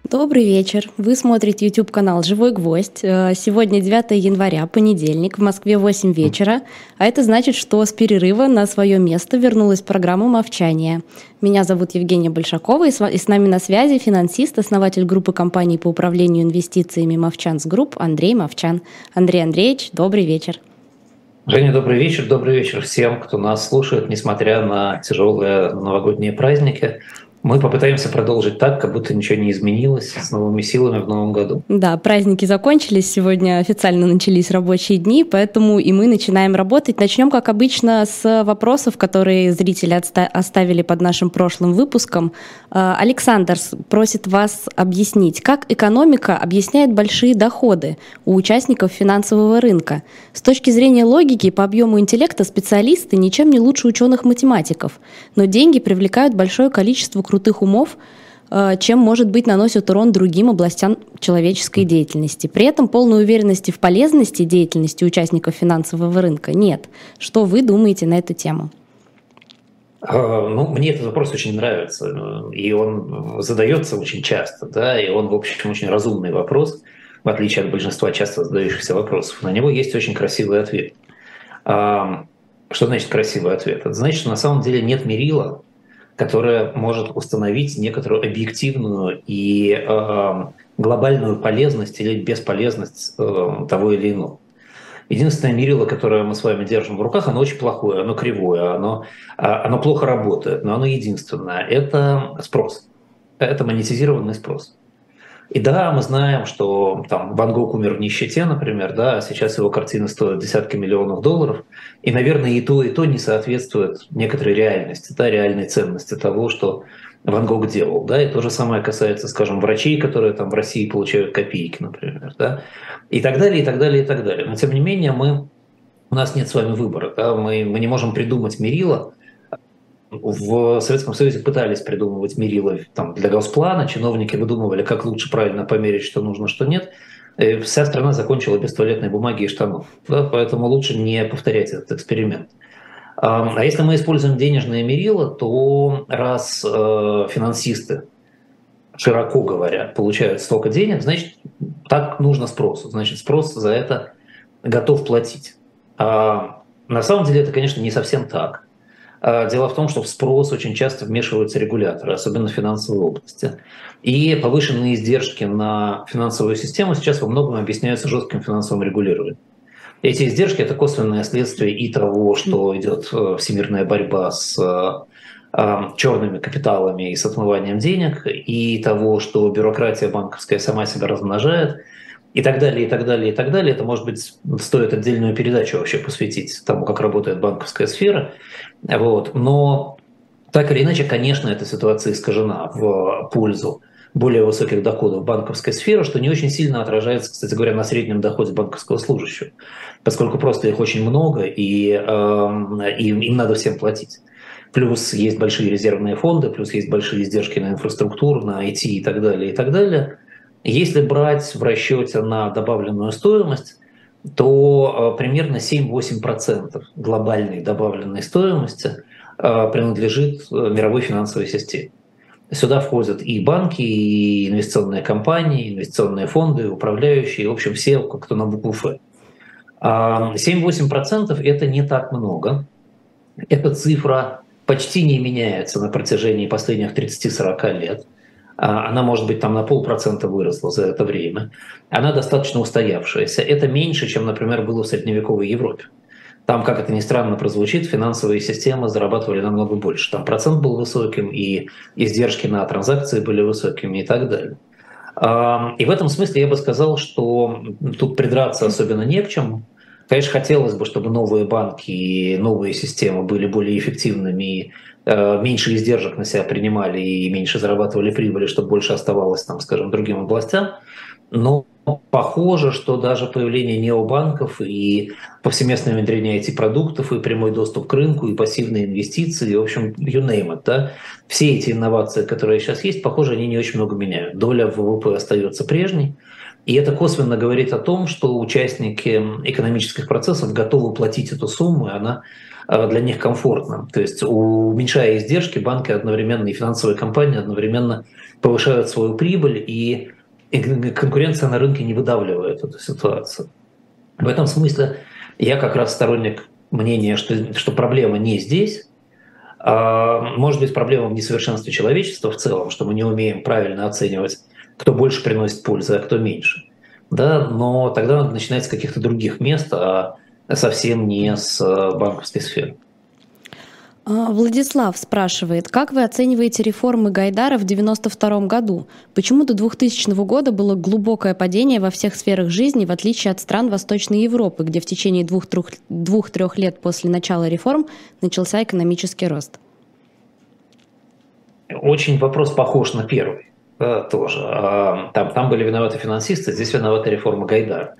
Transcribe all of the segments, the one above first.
Добрый вечер. Вы смотрите YouTube-канал «Живой гвоздь». Сегодня 9 января, понедельник, в Москве 8 вечера. А это значит, что с перерыва на свое место вернулась программа «Мовчание». Меня зовут Евгения Большакова, и с нами на связи финансист, основатель группы компаний по управлению инвестициями «Мовчанс Групп» Андрей Мовчан. Андрей Андреевич, добрый вечер. Женя, добрый вечер всем, кто нас слушает, несмотря на тяжелые новогодние праздники. Мы попытаемся продолжить так, как будто ничего не изменилось, с новыми силами в новом году. Да, праздники закончились, сегодня официально начались рабочие дни, поэтому и мы начинаем работать. Начнем, как обычно, с вопросов, которые зрители оставили под нашим прошлым выпуском. Александр просит вас объяснить, как экономика объясняет большие доходы у участников финансового рынка. С точки зрения логики, по объему интеллекта специалисты ничем не лучше ученых-математиков, но деньги привлекают большое количество крутых умов, чем, может быть, наносят урон другим областям человеческой деятельности. При этом полной уверенности в полезности деятельности участников финансового рынка нет. Что вы думаете на эту тему? Мне этот вопрос очень нравится, и он задается очень часто, да, и он, в общем, очень разумный вопрос, в отличие от большинства часто задающихся вопросов. На него есть очень красивый ответ. Что значит красивый ответ? Это значит, что на самом деле нет мерила, которая может установить некоторую объективную и глобальную полезность или бесполезность того или иного. Единственное мерило, которое мы с вами держим в руках, оно очень плохое, оно кривое, оно плохо работает, но оно единственное. Это спрос, это монетизированный спрос. И да, мы знаем, что там Ван Гог умер в нищете, например, да, а сейчас его картины стоят десятки миллионов долларов, и, наверное, и то не соответствует некоторой реальности, да, реальной ценности того, что Ван Гог делал, да, и то же самое касается, скажем, врачей, которые там в России получают копейки, например, да, и так далее, и так далее, и так далее. Но, тем не менее, у нас нет с вами выбора, да, мы не можем придумать мерило. В Советском Союзе пытались придумывать мерило там, для Госплана, чиновники выдумывали, как лучше правильно померить, что нужно, что нет. И вся страна закончила без туалетной бумаги и штанов. Да, поэтому лучше не повторять этот эксперимент. А если мы используем денежные мерила, то раз финансисты, широко говоря, получают столько денег, значит, так нужно спросу. Значит, спрос за это готов платить. На самом деле это, конечно, не совсем так. Дело в том, что в спрос очень часто вмешиваются регуляторы, особенно в финансовой области. И повышенные издержки на финансовую систему сейчас во многом объясняются жестким финансовым регулированием. Эти издержки – это косвенное следствие и того, что идет всемирная борьба с черными капиталами и с отмыванием денег, и того, что бюрократия банковская сама себя размножает, и так далее, и так далее, и так далее. Это, может быть, стоит отдельную передачу вообще посвятить тому, как работает банковская сфера. Вот. Но так или иначе, конечно, эта ситуация искажена в пользу более высоких доходов банковской сферы, что не очень сильно отражается, кстати говоря, на среднем доходе банковского служащего, поскольку просто их очень много, и им надо всем платить. Плюс есть большие резервные фонды, плюс есть большие издержки на инфраструктуру, на IT и так далее, и так далее. Если брать в расчете на добавленную стоимость, то примерно 7-8% глобальной добавленной стоимости принадлежит мировой финансовой системе. Сюда входят и банки, и инвестиционные компании, инвестиционные фонды, управляющие, в общем, все, кто на букву «Ф». 7-8% – это не так много. Эта цифра почти не меняется на протяжении последних 30-40 лет. Она, может быть, там на 0,5% выросла за это время. Она достаточно устоявшаяся. Это меньше, чем, например, было в средневековой Европе. Там, как это ни странно прозвучит, финансовые системы зарабатывали намного больше. Там процент был высоким, и издержки на транзакции были высокими и так далее. И в этом смысле я бы сказал, что тут придраться особенно не к чему. Конечно, хотелось бы, чтобы новые банки и новые системы были более эффективными, и меньше издержек на себя принимали и меньше зарабатывали прибыли, чтобы больше оставалось, там, скажем, другим областям. Но похоже, что даже появление необанков и повсеместное внедрение IT-продуктов, и прямой доступ к рынку, и пассивные инвестиции, и, в общем, you name it, да, все эти инновации, которые сейчас есть, похоже, они не очень много меняют. Доля ВВП остается прежней. И это косвенно говорит о том, что участники экономических процессов готовы платить эту сумму, и она для них комфортным. То есть уменьшая издержки, банки одновременно и финансовые компании одновременно повышают свою прибыль, и конкуренция на рынке не выдавливает эту ситуацию. В этом смысле я как раз сторонник мнения, что проблема не здесь. Может быть, проблема в несовершенстве человечества в целом, что мы не умеем правильно оценивать, кто больше приносит пользы, а кто меньше. Да? Но тогда надо начинать с каких-то других мест, а совсем не с банковской сферы. Владислав спрашивает, как вы оцениваете реформы Гайдара в 1992 году? Почему до 2000 года было глубокое падение во всех сферах жизни, в отличие от стран Восточной Европы, где в течение 2-3 лет после начала реформ начался экономический рост? Очень вопрос похож на первый. Да, тоже. Там были виноваты финансисты, здесь виновата реформа Гайдара.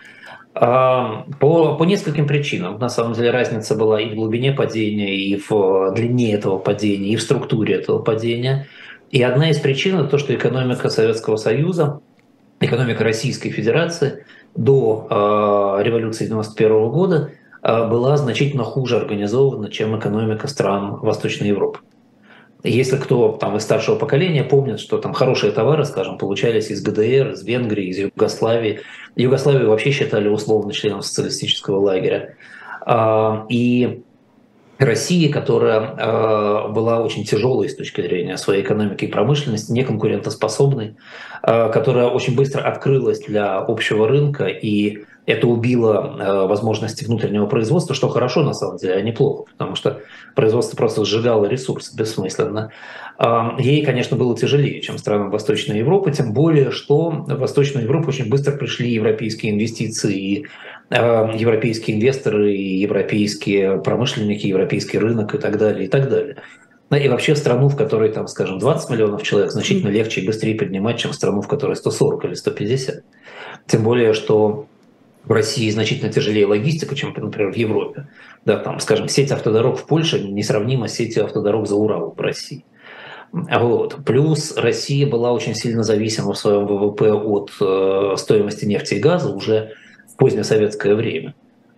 По нескольким причинам. На самом деле разница была и в глубине падения, и в длине этого падения, и в структуре этого падения. И одна из причин – это то, что экономика Советского Союза, экономика Российской Федерации до революции 1991 года была значительно хуже организована, чем экономика стран Восточной Европы. Если кто там из старшего поколения помнит, что там хорошие товары, скажем, получались из ГДР, из Венгрии, из Югославии. Югославию вообще считали условно членом социалистического лагеря. И Россия, которая была очень тяжелой с точки зрения своей экономики и промышленности, неконкурентоспособной, которая очень быстро открылась для общего рынка, и это убило возможности внутреннего производства, что хорошо на самом деле, а не плохо, потому что производство просто сжигало ресурсы бессмысленно. Ей, конечно, было тяжелее, чем странам Восточной Европы, тем более, что в Восточную Европу очень быстро пришли европейские инвестиции, и европейские инвесторы, и европейские промышленники, европейский рынок и так далее, и так далее. И вообще страну, в которой, там, скажем, 20 миллионов человек, значительно легче и быстрее поднимать, чем страну, в которой 140 или 150. Тем более, что в России значительно тяжелее логистика, чем, например, в Европе. Да, там, скажем, сеть автодорог в Польше несравнима с сетью автодорог за Уралом в России. Вот. Плюс Россия была очень сильно зависима в своем ВВП от стоимости нефти и газа уже в позднесоветское время.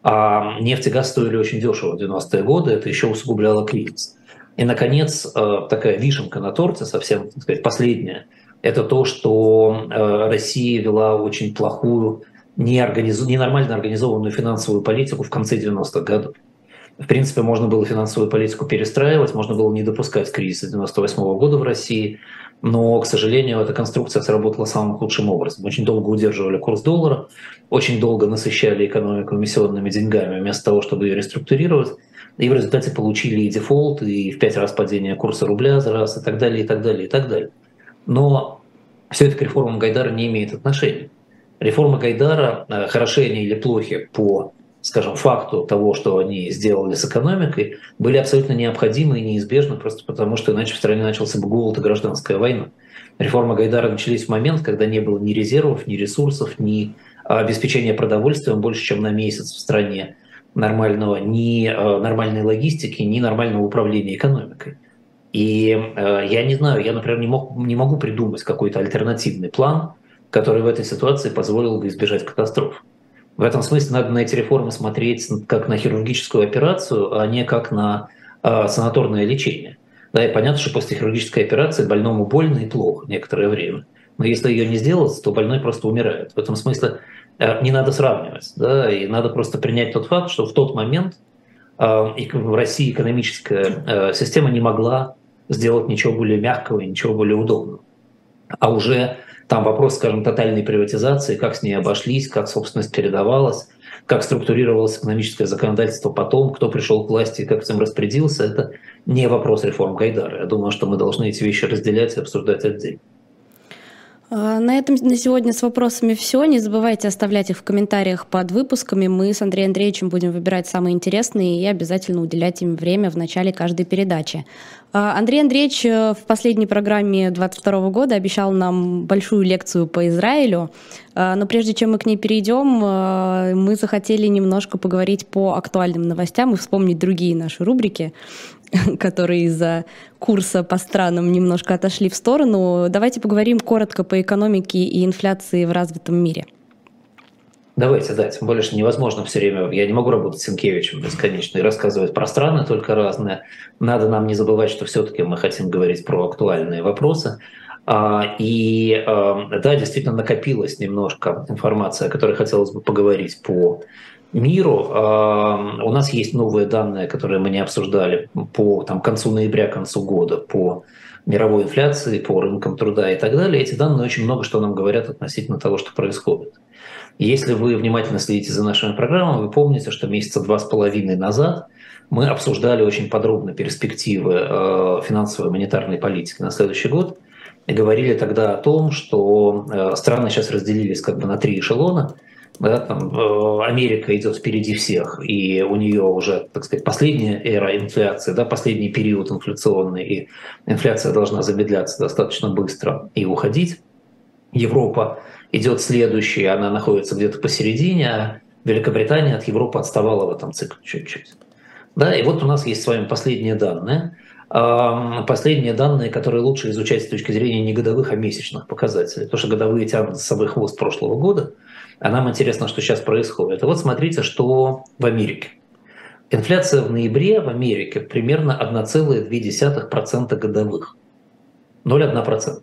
А нефть и газ стоили очень дешево в 90-е годы, это еще усугубляло кризис. И, наконец, такая вишенка на торте, совсем, так сказать, последняя, это то, что Россия вела очень плохую, ненормально организованную финансовую политику в конце 90-х годов. В принципе, можно было финансовую политику перестраивать, можно было не допускать кризиса 98 года в России, но, к сожалению, эта конструкция сработала самым худшим образом. Очень долго удерживали курс доллара, очень долго насыщали экономику эмиссионными деньгами вместо того, чтобы ее реструктурировать, и в результате получили и дефолт, и в 5 раз падение курса рубля за раз, и так далее, и так далее, и так далее. Но все это к реформам Гайдара не имеет отношения. Реформы Гайдара, хороши они или плохи по, скажем, факту того, что они сделали с экономикой, были абсолютно необходимы и неизбежны, просто потому что иначе в стране начался бы голод и гражданская война. Реформы Гайдара начались в момент, когда не было ни резервов, ни ресурсов, ни обеспечения продовольствием больше, чем на месяц в стране нормального, ни нормальной логистики, ни нормального управления экономикой. И я не знаю, я, например, не могу придумать какой-то альтернативный план, который в этой ситуации позволил бы избежать катастроф. В этом смысле надо на эти реформы смотреть как на хирургическую операцию, а не как на санаторное лечение. Да, и понятно, что после хирургической операции больному больно и плохо некоторое время. Но если ее не сделать, то больной просто умирает. В этом смысле не надо сравнивать. Да, и надо просто принять тот факт, что в тот момент в России экономическая система не могла сделать ничего более мягкого и ничего более удобного. А уже там вопрос, скажем, тотальной приватизации, как с ней обошлись, как собственность передавалась, как структурировалось экономическое законодательство потом, кто пришел к власти и как этим распорядился, это не вопрос реформ Гайдара. Я думаю, что мы должны эти вещи разделять и обсуждать отдельно. На этом на сегодня с вопросами все. Не забывайте оставлять их в комментариях под выпусками. Мы с Андреем Андреевичем будем выбирать самые интересные и обязательно уделять им время в начале каждой передачи. Андрей Андреевич в последней программе 2022 года обещал нам большую лекцию по Израилю. Но прежде чем мы к ней перейдем, мы захотели немножко поговорить по актуальным новостям и вспомнить другие наши рубрики, которые из-за курса по странам немножко отошли в сторону. Давайте поговорим коротко по экономике и инфляции в развитом мире. Давайте, да, тем более, что невозможно все время, я не могу работать с Сенкевичем бесконечно и рассказывать про страны только разные. Надо нам не забывать, что все-таки мы хотим говорить про актуальные вопросы. Да, действительно накопилась немножко информация, о которой хотелось бы поговорить по миру. У нас есть новые данные, которые мы не обсуждали по концу ноября, концу года, по мировой инфляции, по рынкам труда и так далее. Эти данные очень много что нам говорят относительно того, что происходит. Если вы внимательно следите за нашими программами, вы помните, что месяца 2,5 назад мы обсуждали очень подробно перспективы финансовой и монетарной политики на следующий год и говорили тогда о том, что страны сейчас разделились на 3 эшелона. Да, Америка идет впереди всех, и у нее уже, так сказать, последняя эра инфляции, да, последний период инфляционный, и инфляция должна замедляться достаточно быстро и уходить. Европа идет следующей, она находится где-то посередине, а Великобритания от Европы отставала в этом цикле чуть-чуть. Да, и вот у нас есть с вами последние данные. Последние данные, которые лучше изучать с точки зрения не годовых, а месячных показателей. Потому что годовые тянут за собой хвост прошлого года, а нам интересно, что сейчас происходит. И вот смотрите, что в Америке. Инфляция в ноябре в Америке примерно 1,2% годовых. 0,1%.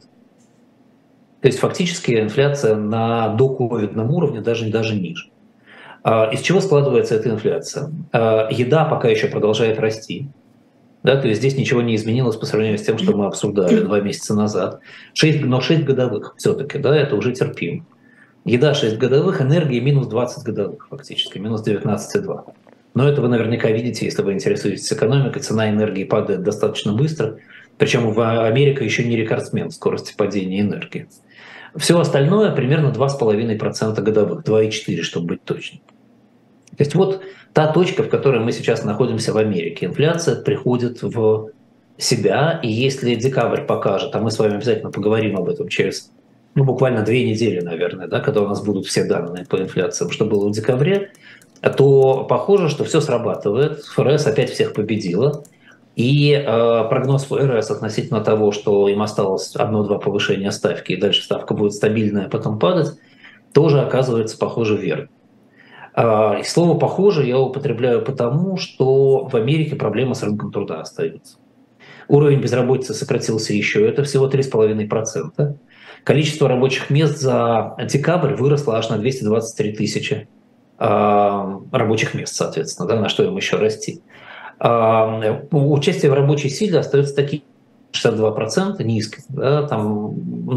То есть фактически инфляция на доковидном уровне даже ниже. Из чего складывается эта инфляция? Еда пока еще продолжает расти. Да, то есть здесь ничего не изменилось по сравнению с тем, что мы обсуждали 2 месяца назад. Но 6 годовых все-таки, да, это уже терпимо. Еда 6 годовых, энергия минус 20 годовых фактически, минус 19,2. Но это вы наверняка видите, если вы интересуетесь экономикой, цена энергии падает достаточно быстро, причем Америка еще не рекордсмен в скорости падения энергии. Все остальное примерно 2,5% годовых, 2,4%, чтобы быть точным. То есть вот та точка, в которой мы сейчас находимся в Америке. Инфляция приходит в себя, и если декабрь покажет, а мы с вами обязательно поговорим об этом через буквально 2 недели, наверное, да, когда у нас будут все данные по инфляциям, что было в декабре, то похоже, что все срабатывает. ФРС опять всех победила. И прогноз ФРС относительно того, что им осталось 1-2 повышения ставки, и дальше ставка будет стабильная, а потом падать, тоже оказывается, похоже, верно. И слово «похоже» я употребляю потому, что в Америке проблема с рынком труда остается. Уровень безработицы сократился еще, это всего 3,5%. Количество рабочих мест за декабрь выросло аж на 223 тысячи рабочих мест, соответственно, да, на что им еще расти. Участие в рабочей силе остается таким 62% низким, да, там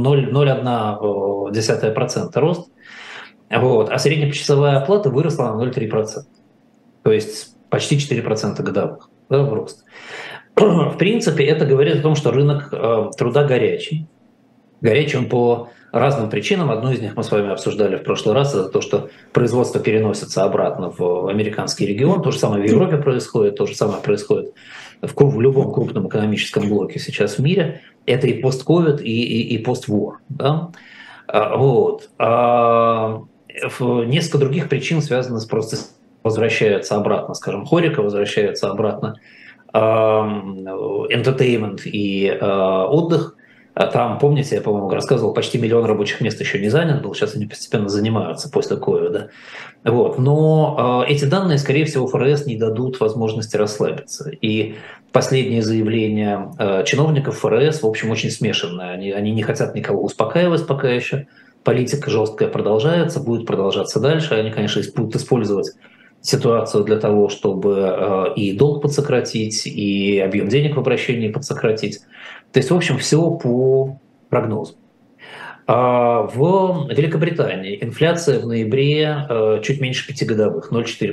0,1% рост, вот, а среднепочасовая оплата выросла на 0,3%, то есть почти 4% годовых, да, в рост. В принципе, это говорит о том, что рынок труда горячий. Горячий он по разным причинам. Одну из них мы с вами обсуждали в прошлый раз, это то, что производство переносится обратно в американский регион. То же самое в Европе происходит, то же самое происходит в любом крупном экономическом блоке сейчас в мире. Это и пост-ковид, и пост-вор. Да? Вот. Несколько других причин связаны с просто возвращается обратно, скажем, хорика, возвращается обратно entertainment и отдых. Там, помните, я, по-моему, рассказывал, почти 1 миллион рабочих мест еще не занят был, сейчас они постепенно занимаются после ковида. Вот. Но эти данные, скорее всего, ФРС не дадут возможности расслабиться. И последние заявления чиновников ФРС, в общем, очень смешанные. Они не хотят никого успокаивать пока еще. Политика жесткая продолжается, будет продолжаться дальше. Они, конечно, будут использовать ситуацию для того, чтобы и долг подсократить, и объем денег в обращении подсократить. То есть, в общем, все по прогнозу. В Великобритании инфляция в ноябре чуть меньше 5 годовых,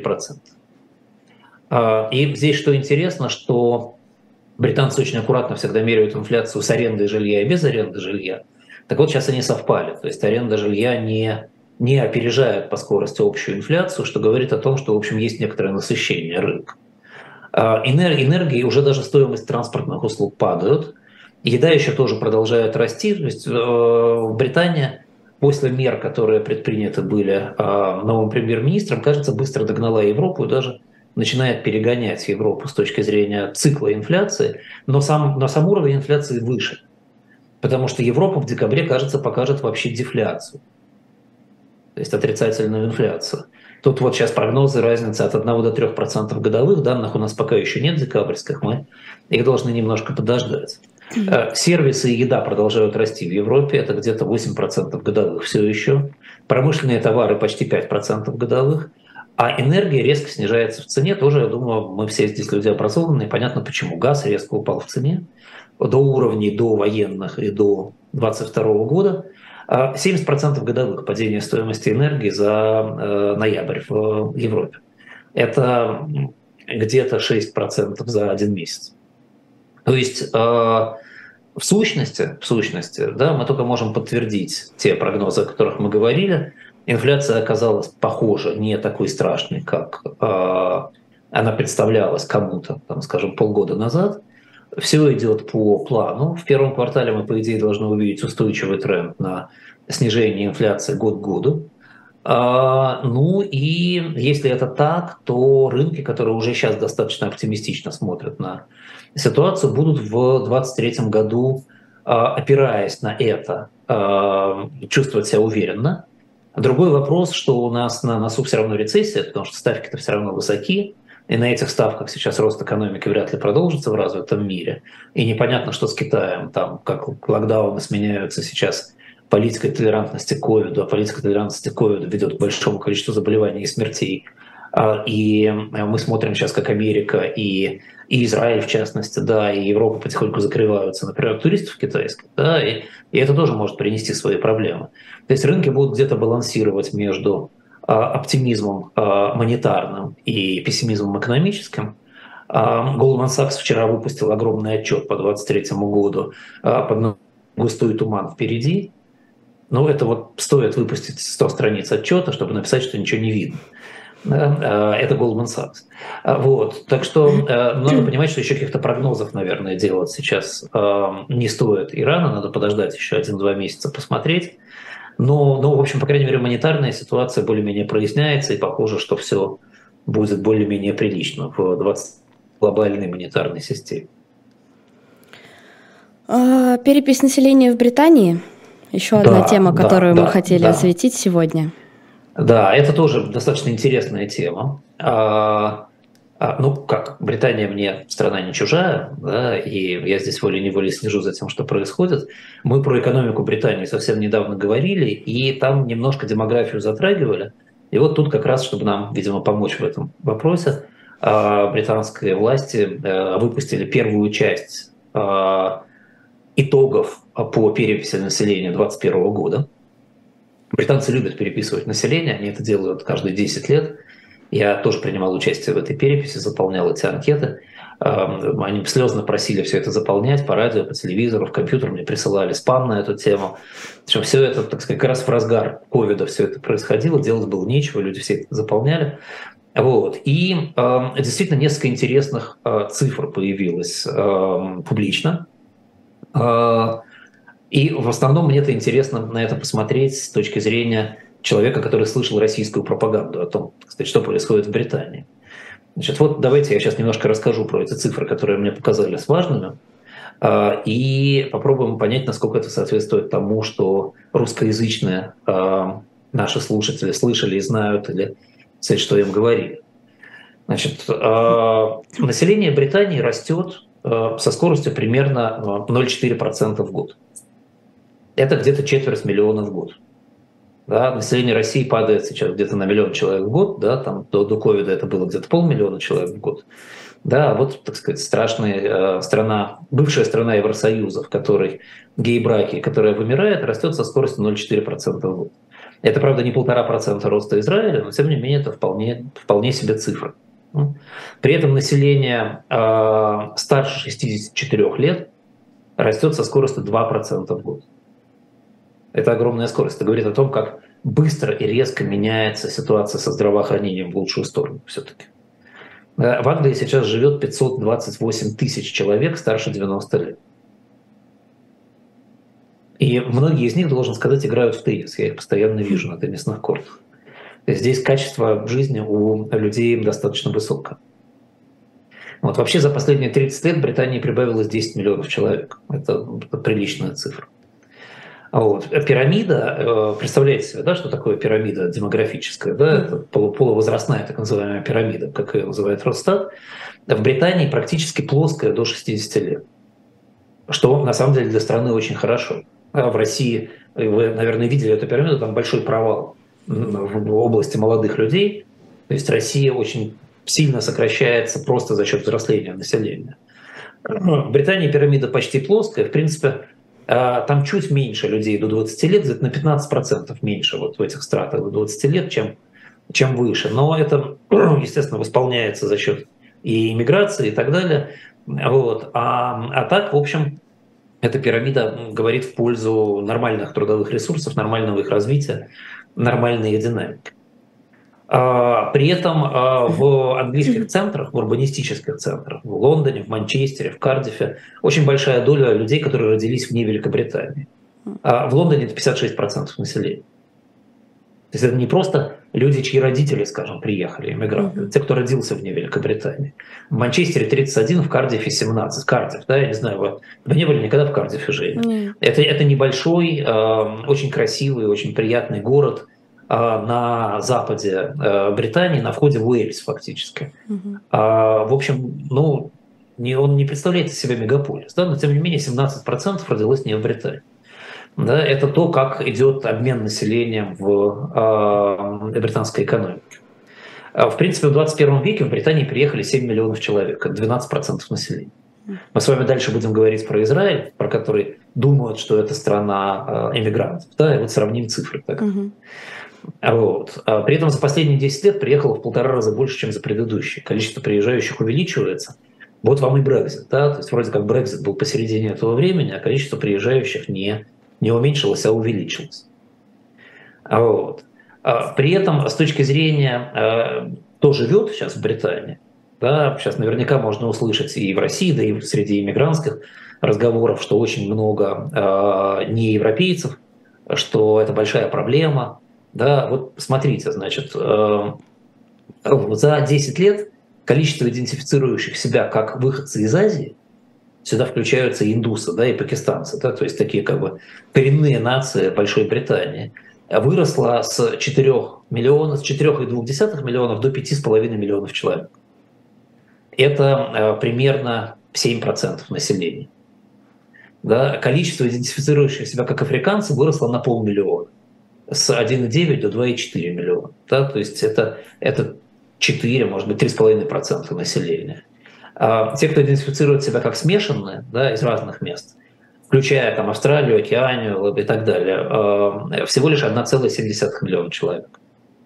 0,4%. И здесь что интересно, что британцы очень аккуратно всегда меряют инфляцию с арендой жилья и без аренды жилья. Так вот, сейчас они совпали. То есть аренда жилья не опережает по скорости общую инфляцию, что говорит о том, что, в общем, есть некоторое насыщение рынка. Энергии, уже даже стоимость транспортных услуг падают. Еда еще тоже продолжает расти. То есть Британия после мер, которые предприняты были новым премьер-министром, кажется, быстро догнала Европу и даже начинает перегонять Европу с точки зрения цикла инфляции, но сам уровень инфляции выше. Потому что Европа в декабре, кажется, покажет вообще дефляцию. то есть отрицательную инфляцию. Тут вот сейчас прогнозы разницы от 1 до 3% годовых, данных у нас пока еще нет декабрьских, мы их должны немножко подождать. Сервисы и еда продолжают расти в Европе, это где-то 8% годовых все еще. Промышленные товары почти 5% годовых. А энергия резко снижается в цене. Тоже, я думаю, мы все здесь люди образованные. Понятно, почему. Газ резко упал в цене до уровней до военных и до 2022 года. 70% годовых падения стоимости энергии за ноябрь в Европе. Это где-то 6% за один месяц. То есть в сущности, да, мы только можем подтвердить те прогнозы, о которых мы говорили. Инфляция оказалась, похоже, не такой страшной, как она представлялась кому-то, там, скажем, полгода назад. Все идет по плану. В первом квартале мы, по идее, должны увидеть устойчивый тренд на снижение инфляции год к году. Ну и если это так, то рынки, которые уже сейчас достаточно оптимистично смотрят на ситуацию, будут в 2023 году, опираясь на это, чувствовать себя уверенно. Другой вопрос, что у нас на носу все равно рецессия, потому что ставки-то все равно высоки, и на этих ставках сейчас рост экономики вряд ли продолжится в развитом мире. И непонятно, что с Китаем, там, как локдауны сменяются сейчас политикой толерантности к ковиду, а политика толерантности к ковиду ведет к большому количеству заболеваний и смертей. И мы смотрим сейчас, как Америка и Израиль, в частности, да, и Европа потихоньку закрываются, например, туристов китайских, да, и это тоже может принести свои проблемы. То есть рынки будут где-то балансировать между оптимизмом монетарным и пессимизмом экономическим. Goldman Sachs вчера выпустил огромный отчет по 2023 году под «Густой туман впереди». Ну, это вот стоит выпустить 100 страниц отчета, чтобы написать, что ничего не видно. Это Goldman Sachs. Вот. Так что надо понимать, что еще каких-то прогнозов, наверное, делать сейчас не стоит и рано, надо подождать еще 1-2 месяца, посмотреть. Но, в общем, по крайней мере, монетарная ситуация более-менее проясняется, и похоже, что все будет более-менее прилично в 20 глобальной монетарной системе. Перепись населения в Британии – еще одна тема, которую мы хотели осветить сегодня. Да, это тоже достаточно интересная тема. Ну, как, Британия мне страна не чужая, да, и я здесь волей-неволей слежу за тем, что происходит. Мы про экономику Британии совсем недавно говорили, и там немножко демографию затрагивали. И вот тут как раз, чтобы нам, видимо, помочь в этом вопросе, британские власти выпустили первую часть итогов по переписи населения 2021 года. Британцы любят переписывать население, они это делают каждые 10 лет. Я тоже принимал участие в этой переписи, заполнял эти анкеты. Они слезно просили все это заполнять по радио, по телевизору, в компьютер, мне присылали спам на эту тему. Причем все это, так сказать, как раз в разгар ковида все это происходило, делать было нечего, люди все это заполняли. Вот. И действительно несколько интересных цифр появилось публично. И в основном мне это интересно на это посмотреть с точки зрения человека, который слышал российскую пропаганду о том, так сказать, что происходит в Британии. Значит, вот давайте я сейчас немножко расскажу про эти цифры, которые мне показались важными, и попробуем понять, насколько это соответствует тому, что русскоязычные наши слушатели слышали и знают, или, кстати, что им говорили. Значит, население Британии растет со скоростью примерно 0,4% в год. Это где-то 250 000 в год. Да, население России падает сейчас где-то на 1 миллион человек в год, да, там до ковида это было где-то 500 000 человек в год. Да, вот, так сказать, страшная страна, бывшая страна Евросоюза, в которой гей-браки, которая вымирает, растет со скоростью 0,4% в год. Это, правда, не 1,5% роста Израиля, но, тем не менее, это вполне себе цифра. При этом население старше 64 лет растет со скоростью 2% в год. Это огромная скорость. Это говорит о том, как быстро и резко меняется ситуация со здравоохранением в лучшую сторону все-таки. В Англии сейчас живет 528 тысяч человек старше 90 лет. И многие из них, должен сказать, играют в теннис. Я их постоянно вижу на теннисных кортах. Здесь качество жизни у людей достаточно высокое. Вот. Вообще за последние 30 лет в Британии прибавилось 10 миллионов человек. Это приличная цифра. Вот. Пирамида, представляете себе, да, что такое пирамида демографическая? Да? Это полувозрастная так называемая пирамида, как ее называет Росстат. В Британии практически плоская до 60 лет, что на самом деле для страны очень хорошо. А в России, вы, наверное, видели эту пирамиду, там большой провал в области молодых людей. То есть Россия очень сильно сокращается просто за счет взросления населения. В Британии пирамида почти плоская. В принципе, там чуть меньше людей до 20 лет, где-то на 15% меньше вот в этих стратах до 20 лет, чем выше. Но это, естественно, восполняется за счет и иммиграции и так далее. Вот. А так, в общем, эта пирамида говорит в пользу нормальных трудовых ресурсов, нормального их развития, нормальной их динамики. При этом в английских центрах, в урбанистических центрах, в Лондоне, в Манчестере, в Кардифе очень большая доля людей, которые родились вне Великобритании. В Лондоне это 56% населения. То есть это не просто люди, чьи родители, скажем, приехали, иммигранты, те, кто родился вне Великобритании. В Манчестере 31, в Кардифе 17. Кардиф, да, я не знаю, вы не были никогда в Кардифе, Женя? Это небольшой, очень красивый, очень приятный город на западе Британии, на входе в Уэльс фактически. В общем, ну, он не представляет из себя мегаполис, да, но тем не менее 17% родилось не в Британии. Да, это то, как идет обмен населением в британской экономике. В принципе, в 21 веке в Британии приехали 7 миллионов человек, это 12% населения. Мы с вами дальше будем говорить про Израиль, про который думают, что это страна эмигрантов. Да, и вот сравним цифры. Так. Вот. При этом за последние 10 лет приехало в 1,5 раза больше, чем за предыдущие. Количество приезжающих увеличивается. Вот вам и Брексит. Да? То есть вроде как Брексит был посередине этого времени, а количество приезжающих не уменьшилось, а увеличилось. Вот. При этом с точки зрения, кто живет сейчас в Британии, да, сейчас наверняка можно услышать и в России, да и среди иммигрантских разговоров, что очень много неевропейцев, что это большая проблема. Да, вот смотрите, значит, за 10 лет количество идентифицирующих себя как выходцы из Азии, сюда включаются и индусы, да, и пакистанцы, да, то есть такие как бы коренные нации Большой Британии, выросло с 4 миллионов, с 4,2 миллионов до 5,5 миллионов человек. Это примерно 7% населения. Да, количество идентифицирующих себя как африканцы выросло на 500 000. С 1,9 до 2,4 миллиона. Да, то есть это 4, может быть, 3,5% населения. Те, кто идентифицирует себя как смешанные, да, из разных мест, включая там, Австралию, Океанию и так далее, всего лишь 1,7 миллиона человек.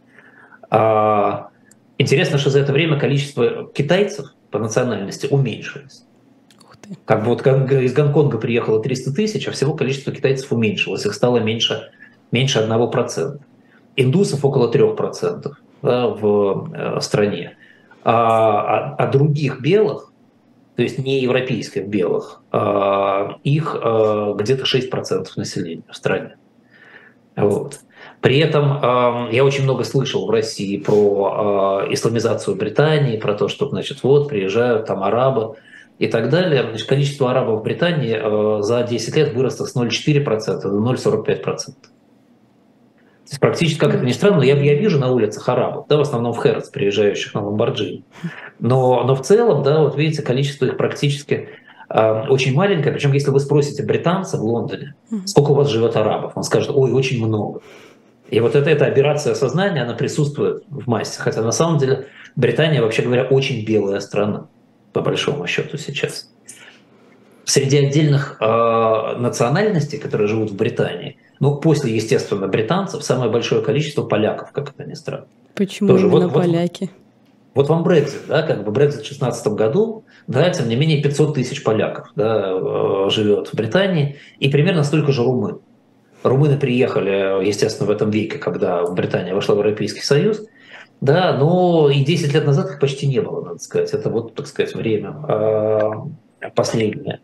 Интересно, что за это время количество китайцев по национальности уменьшилось. Как бы вот из Гонконга приехало 300 000, а всего количество китайцев уменьшилось, их стало меньше 1%. Индусов около 3%, да, в стране. А других белых, то есть не европейских белых, их где-то 6% населения в стране. Вот. При этом я очень много слышал в России про исламизацию Британии, про то, что, значит, вот приезжают там арабы и так далее. Значит, количество арабов в Британии за 10 лет выросло с 0,4% до 0,45%. То есть практически, как это ни странно, но я вижу на улицах арабов, да, в основном в Хэрротс, приезжающих на Ламборджини. Но в целом, да, вот видите, количество их практически очень маленькое. Причем, если вы спросите британца в Лондоне, сколько у вас живет арабов, он скажет: ой, очень много. И вот эта аберрация сознания, она присутствует в массе. Хотя на самом деле Британия, вообще говоря, очень белая страна, по большому счету сейчас. Среди отдельных национальностей, которые живут в Британии, ну, после, естественно, британцев, самое большое количество поляков, как это ни странно. Почему тоже именно поляки? Вот вам Брексит, да, как бы Брексит в 2016 году, да, тем не менее 500 000 поляков, да, живет в Британии, и примерно столько же румын. Румыны приехали, естественно, в этом веке, когда Британия вошла в Европейский Союз, да, но и 10 лет назад их почти не было, надо сказать. Это вот, так сказать, время последнее.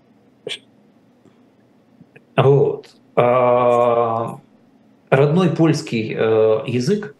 Вот. Родной польский язык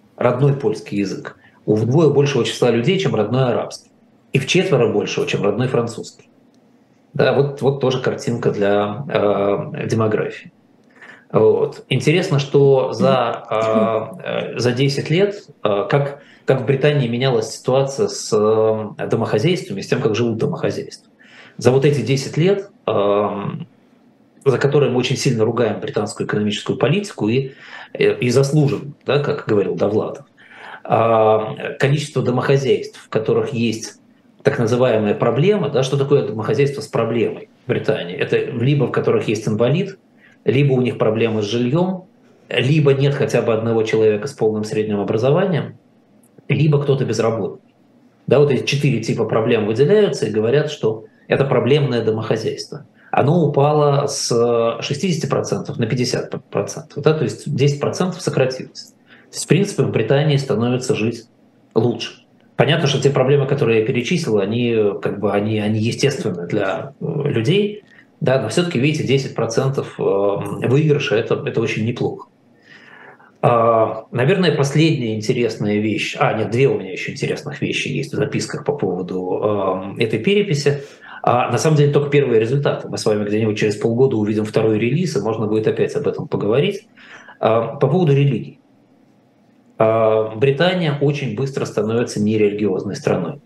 у вдвое большего числа людей, чем родной арабский. И в 4 большего, чем родной французский. Да, вот тоже картинка для демографии. Вот. Интересно, что за 10 лет, как в Британии менялась ситуация с домохозяйствами, с тем, как живут домохозяйства. За вот эти 10 лет, за которые мы очень сильно ругаем британскую экономическую политику и заслуженно, да, как говорил Довлатов, количество домохозяйств, в которых есть так называемая проблема, да, что такое домохозяйство с проблемой в Британии? Это либо в которых есть инвалид, либо у них проблемы с жильем, либо нет хотя бы одного человека с полным средним образованием, либо кто-то безработный. Да, вот эти 4 типа проблем выделяются и говорят, что это проблемное домохозяйство. Оно упало с 60% на 50%, да, то есть 10% сократилось. То есть, в принципе, в Британии становится жить лучше. Понятно, что те проблемы, которые я перечислил, они естественны для людей, да, но все-таки, видите, 10% выигрыша это очень неплохо. Наверное, последняя интересная вещь, нет, 2 у меня еще интересных вещи есть в записках по поводу этой переписи. На самом деле только первые результаты. Мы с вами где-нибудь через полгода увидим второй релиз, и можно будет опять об этом поговорить. По поводу религий. Британия очень быстро становится нерелигиозной страной.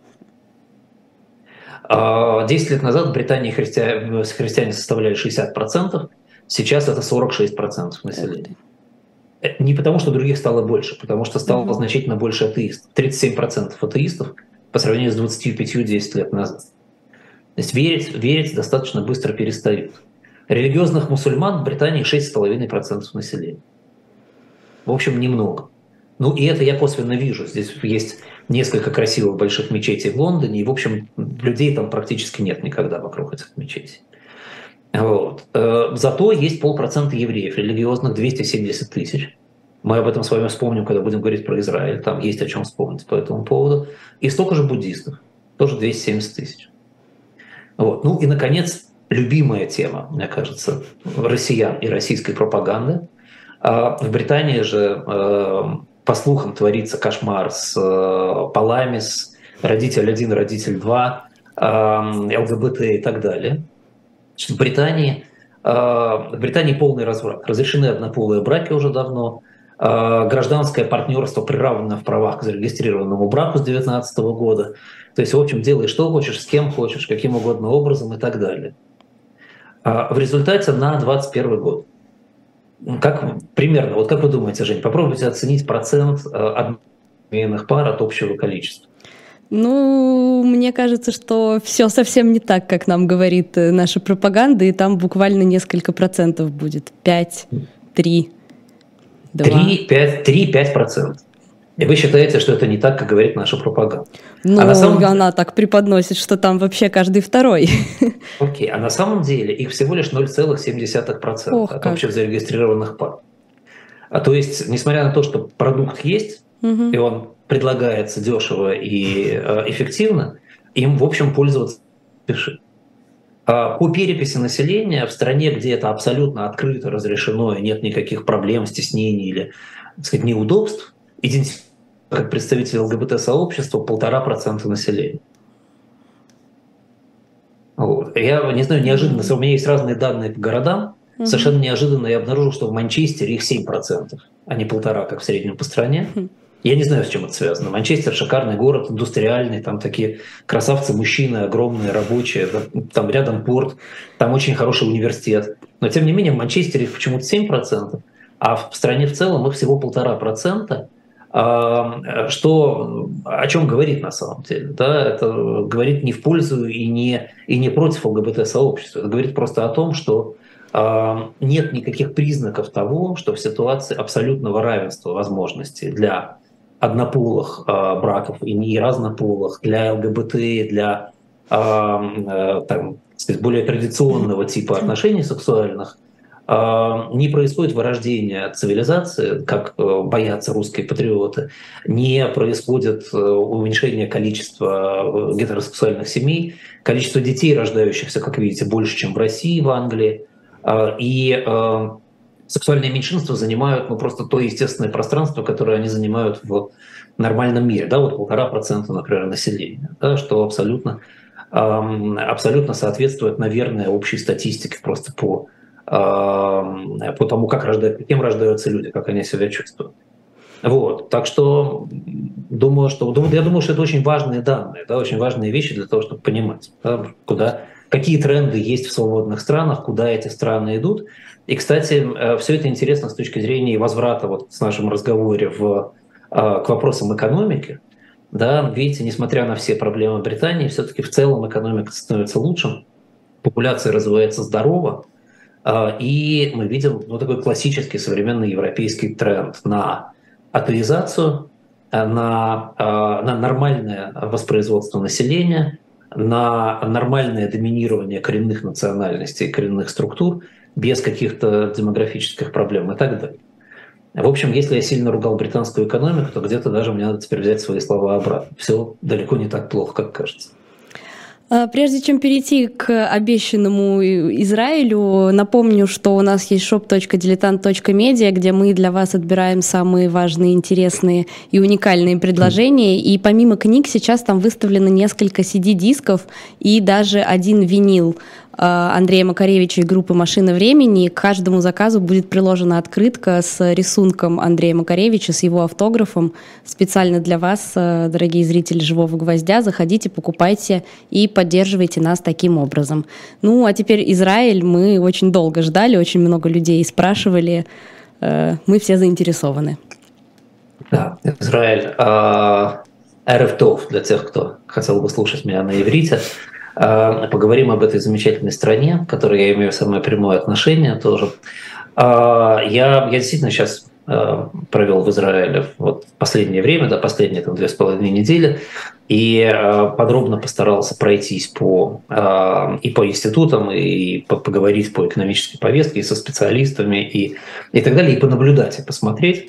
10 лет назад в Британии христиане составляли 60%, сейчас это 46% населения. Не потому, что других стало больше, потому что стало значительно больше атеистов. 37% атеистов по сравнению с 25 10 лет назад. То есть верить достаточно быстро перестают. Религиозных мусульман в Британии 6,5% населения. В общем, немного. Ну и это я косвенно вижу. Здесь есть несколько красивых больших мечетей в Лондоне, и, в общем, людей там практически нет никогда вокруг этих мечетей. Вот. Зато есть 0,5% евреев, религиозных 270 тысяч. Мы об этом с вами вспомним, когда будем говорить про Израиль. Там есть о чем вспомнить по этому поводу. И столько же буддистов, тоже 270 тысяч. Вот. Ну и, наконец, любимая тема, мне кажется, россиян и российской пропаганды. В Британии же, по слухам, творится кошмар с полами, с родитель 1, родитель 2, ЛГБТ и так далее. В Британии полный разврат. Разрешены однополые браки уже давно. Гражданское партнерство приравнено в правах к зарегистрированному браку с 2019 года. То есть, в общем, делай что хочешь, с кем хочешь, каким угодно образом и так далее. В результате на 2021 год. Как примерно, вот как вы думаете, Жень, попробуйте оценить процент одноименных пар от общего количества. Ну, мне кажется, что все совсем не так, как нам говорит наша пропаганда, и там буквально несколько процентов будет. 5, 3, 2. 3-5%. И вы считаете, что это не так, как говорит наша пропаганда? Ну, она так преподносит, что там вообще каждый второй. Окей, а на самом деле их всего лишь 0,7% от общих зарегистрированных пар. То есть, несмотря на то, что продукт есть, и он предлагается дешево и эффективно, им, в общем, пользоваться спешит. По переписи населения в стране, где это абсолютно открыто, разрешено, и нет никаких проблем, стеснений или, так сказать, неудобств, как представитель ЛГБТ-сообщества 1,5% населения. Вот. Я не знаю, неожиданно, у меня есть разные данные по городам, совершенно неожиданно я обнаружил, что в Манчестере их 7%, а не 1,5%, как в среднем по стране. Я не знаю, с чем это связано. Манчестер — шикарный город, индустриальный, там такие красавцы, мужчины, огромные, рабочие, там рядом порт, там очень хороший университет. Но тем не менее в Манчестере их почему-то 7%, а в стране в целом их всего 1,5%. Что о чем говорит на самом деле? Да, это говорит не в пользу и не против ЛГБТ-сообщества. Это говорит просто о том, что нет никаких признаков того, что в ситуации абсолютного равенства возможностей для однополых браков и не разнополых, для ЛГБТ, для более традиционного типа отношений сексуальных, не происходит вырождение цивилизации, как боятся русские патриоты, не происходит уменьшение количества гетеросексуальных семей, количество детей, рождающихся, как видите, больше, чем в России, в Англии, и сексуальные меньшинства занимают просто то естественное пространство, которое они занимают в нормальном мире, да, вот 1,5%, например, населения, да, что абсолютно соответствует, наверное, общей статистике просто по по тому, кем рождаются люди, как они себя чувствуют. Вот. Так что я думаю, что это очень важные данные, да, очень важные вещи для того, чтобы понимать, да, какие тренды есть в свободных странах, куда эти страны идут. И, кстати, все это интересно с точки зрения возврата в нашем разговоре к вопросам экономики. Да, видите, несмотря на все проблемы Британии, все-таки в целом экономика становится лучше, популяция развивается здорово, и мы видим такой классический современный европейский тренд на атеизацию, на нормальное воспроизводство населения, на нормальное доминирование коренных национальностей, коренных структур без каких-то демографических проблем и так далее. В общем, если я сильно ругал британскую экономику, то где-то даже мне надо теперь взять свои слова обратно. Все далеко не так плохо, как кажется. Прежде чем перейти к обещанному Израилю, напомню, что у нас есть shop.diletant.media, где мы для вас отбираем самые важные, интересные и уникальные предложения. И помимо книг сейчас там выставлено несколько CD-дисков и даже один винил Андрея Макаревича и группы «Машина времени». К каждому заказу будет приложена открытка с рисунком Андрея Макаревича, с его автографом. Специально для вас, дорогие зрители «Живого гвоздя», заходите, покупайте и поддерживайте нас таким образом. Ну, а теперь Израиль. Мы очень долго ждали, очень много людей спрашивали. Мы все заинтересованы. Да, Израиль. Эрев тов для тех, кто хотел бы слушать меня на иврите. Поговорим об этой замечательной стране, к которой я имею самое прямое отношение тоже. Я действительно сейчас провел в Израиле в последнее время, последние 2,5 недели, и подробно постарался пройтись и по институтам, и поговорить по экономической повестке, и со специалистами, и так далее, и понаблюдать, и посмотреть.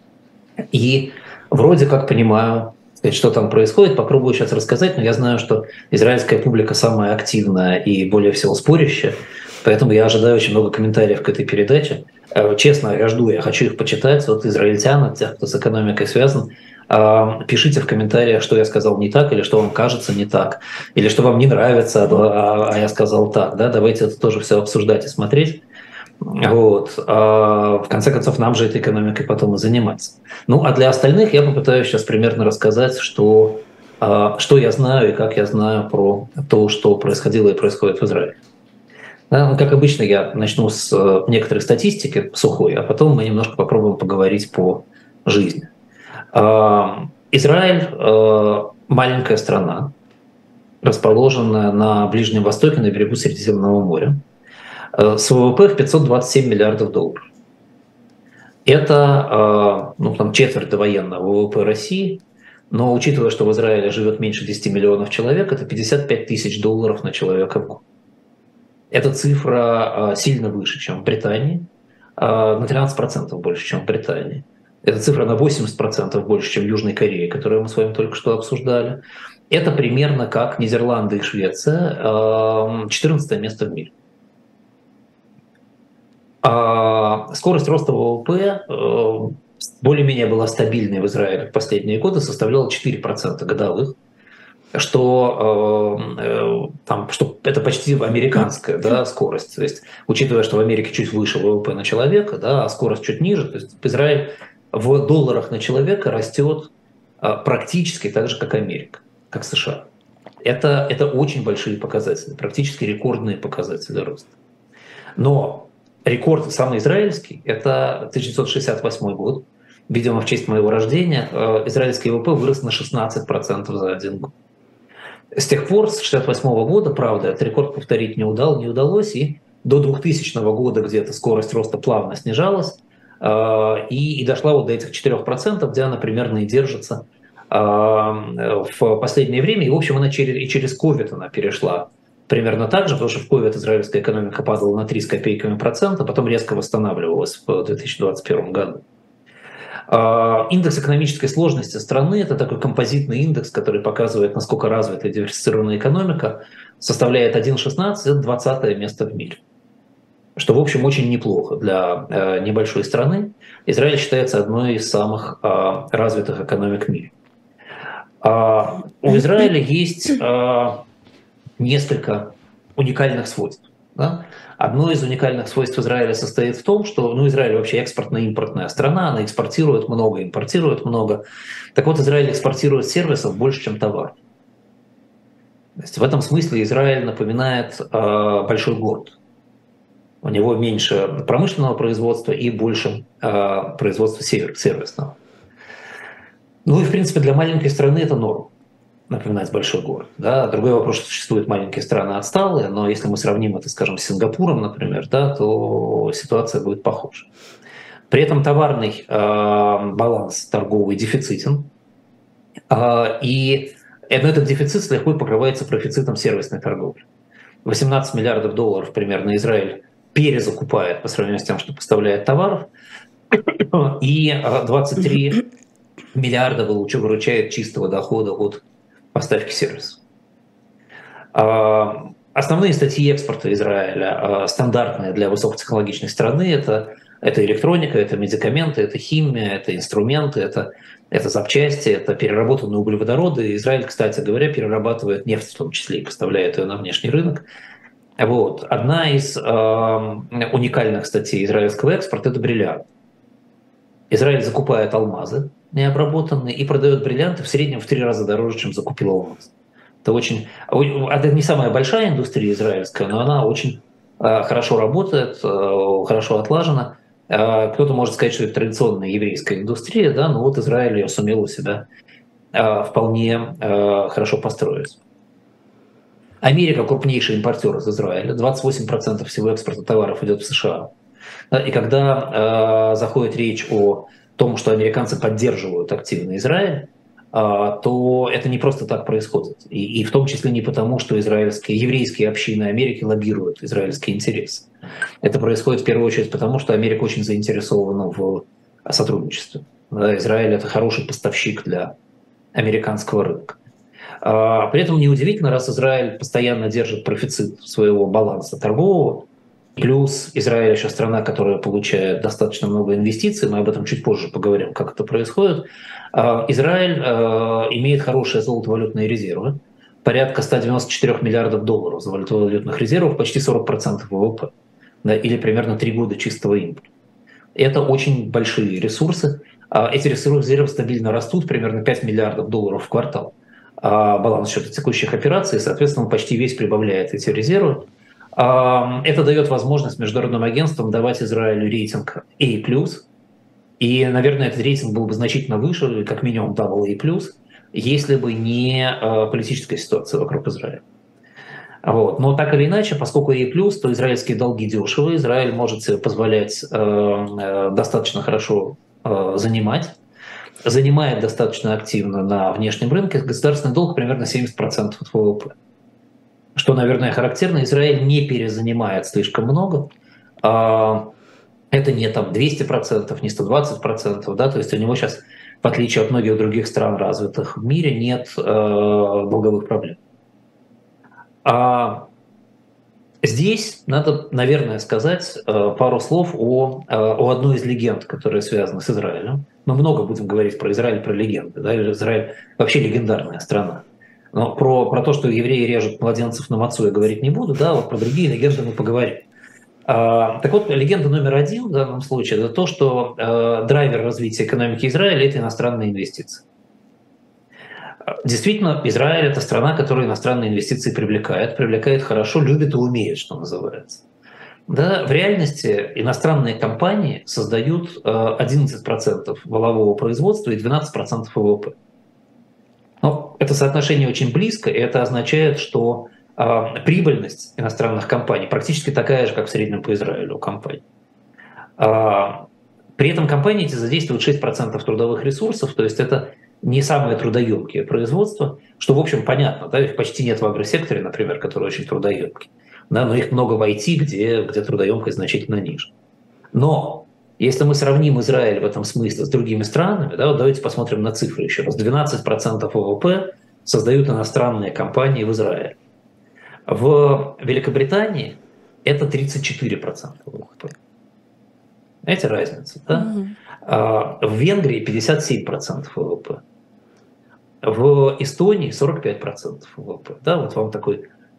И вроде как понимаю, что там происходит, попробую сейчас рассказать, но я знаю, что израильская публика самая активная и более всего спорящая, поэтому я ожидаю очень много комментариев к этой передаче. Честно, я хочу их почитать. Израильтян, тех, кто с экономикой связан, пишите в комментариях, что я сказал не так, или что вам кажется не так, или что вам не нравится, а я сказал так. Да? Давайте это тоже все обсуждать и смотреть. В конце концов, нам же этой экономикой потом и заниматься. Ну, а для остальных я попытаюсь сейчас примерно рассказать, что я знаю и как я знаю про то, что происходило и происходит в Израиле. Да, как обычно, я начну с некоторой статистики сухой, а потом мы немножко попробуем поговорить по жизни. Израиль – маленькая страна, расположенная на Ближнем Востоке, на берегу Средиземного моря, с ВВП в $527 миллиардов. Это четверть довоенного ВВП России, но учитывая, что в Израиле живет меньше 10 миллионов человек, это $55 тысяч на человека в год. Эта цифра сильно выше, чем в Британии, на 13% больше, чем в Британии. Эта цифра на 80% больше, чем в Южной Корее, которую мы с вами только что обсуждали. Это примерно как Нидерланды и Швеция, 14 место в мире. Скорость роста ВВП более-менее была стабильной в Израиле в последние годы, составляла 4% годовых, что это почти американская скорость. То есть, учитывая, что в Америке чуть выше ВВП на человека, а скорость чуть ниже, то есть Израиль в долларах на человека растет практически так же, как Америка, как США. Это очень большие показатели, практически рекордные показатели роста. Но рекорд самый израильский – это 1968 год. Видимо, в честь моего рождения израильский ВВП вырос на 16% за один год. С тех пор, с 1968 года, правда, этот рекорд повторить не удалось, и до 2000 года где-то скорость роста плавно снижалась, и дошла до этих 4%, где она примерно и держится в последнее время. И, в общем, через COVID она перешла примерно так же, потому что в COVID израильская экономика падала на 3 с копейками процента, потом резко восстанавливалась в 2021 году. Индекс экономической сложности страны – это такой композитный индекс, который показывает, насколько развита и диверсифицированная экономика, составляет 1,16, это 20 место в мире. Что, в общем, очень неплохо для небольшой страны. Израиль считается одной из самых развитых экономик в мире. У Израиля есть несколько уникальных свойств. Да? Одно из уникальных свойств Израиля состоит в том, что Израиль вообще экспортно-импортная страна, она экспортирует много, импортирует много. Так вот, Израиль экспортирует сервисов больше, чем товар. То есть в этом смысле Израиль напоминает большой город. У него меньше промышленного производства и больше производства сервисного. И, в принципе, для маленькой страны это норм, напоминать большой город. Да? Другой вопрос, что существуют маленькие страны отсталые, но если мы сравним это, скажем, с Сингапуром, например, да, то ситуация будет похожа. При этом товарный баланс торговый дефицитен, и этот дефицит слегка покрывается профицитом сервисной торговли. 18 миллиардов долларов примерно Израиль перезакупает по сравнению с тем, что поставляет товаров, и 23 миллиарда выручает чистого дохода от поставки сервисов. Основные статьи экспорта Израиля, стандартные для высокотехнологичной страны, это электроника, это медикаменты, это химия, это инструменты, это запчасти, это переработанные углеводороды. Израиль, кстати говоря, перерабатывает нефть в том числе и поставляет ее на внешний рынок. Вот. Одна из уникальных статей израильского экспорта – это бриллиант. Израиль закупает алмазы необработанные и продает бриллианты в среднем в 3 раза дороже, чем закупил алмаз. Это не самая большая индустрия израильская, но она очень хорошо работает, хорошо отлажена. Кто-то может сказать, что это традиционная еврейская индустрия, да, но вот Израиль ее сумел у себя вполне хорошо построить. Америка крупнейший импортер из Израиля, 28% всего экспорта товаров идет в США. И когда заходит речь о том, что американцы поддерживают активно Израиль, то это не просто так происходит. И в том числе не потому, что еврейские общины Америки лоббируют израильские интересы. Это происходит в первую очередь потому, что Америка очень заинтересована в сотрудничестве. Израиль – это хороший поставщик для американского рынка. При этом неудивительно, раз Израиль постоянно держит профицит своего баланса торгового, плюс Израиль еще страна, которая получает достаточно много инвестиций, мы об этом чуть позже поговорим, как это происходит. Израиль имеет хорошие золотовалютные резервы, порядка 194 миллиардов долларов золотовалютных резервов, почти 40% ВВП, да, или примерно 3 года чистого импорта. Это очень большие ресурсы. Эти резервы стабильно растут, примерно 5 миллиардов долларов в квартал. Баланс счета текущих операций, соответственно, почти весь прибавляет эти резервы. Это дает возможность международным агентствам давать Израилю рейтинг A+, и, наверное, этот рейтинг был бы значительно выше, как минимум AA+, если бы не политическая ситуация вокруг Израиля. Вот. Но так или иначе, поскольку A+, то израильские долги дешевые, Израиль может себе позволять достаточно хорошо занимает достаточно активно на внешнем рынке. Государственный долг примерно 70% от ВВП. Что, наверное, характерно, Израиль не перезанимает слишком много. Это не там 200%, не 120%, да, то есть у него сейчас, в отличие от многих других стран, развитых в мире, нет долговых проблем. Здесь надо, наверное, сказать пару слов о одной из легенд, которые связаны с Израилем. Мы много будем говорить про Израиль, про легенды. Да? Израиль вообще легендарная страна. Но про то, что евреи режут младенцев на мацу, я говорить не буду, да, вот про другие легенды мы поговорим. Так вот, легенда номер 1 в данном случае – это то, что драйвер развития экономики Израиля – это иностранные инвестиции. Действительно, Израиль – это страна, которая иностранные инвестиции привлекает хорошо, любит и умеет, что называется. Да, в реальности иностранные компании создают 11% валового производства и 12% ВВП. Но это соотношение очень близко, и это означает, что прибыльность иностранных компаний практически такая же, как в среднем по Израилю у компаний. При этом компании эти задействуют 6% трудовых ресурсов, то есть это не самое трудоемкие производства, что, в общем, понятно, да, их почти нет в агросекторе, например, который очень трудоемкий, да, но их много в IT, где трудоемкость значительно ниже. Но если мы сравним Израиль в этом смысле с другими странами, да, вот давайте посмотрим на цифры еще раз. 12% ВВП создают иностранные компании в Израиле. В Великобритании это 34% ВВП. Знаете разницу, да? В Венгрии 57% ВВП. В Эстонии 45% ВВП. Да, вот вам такой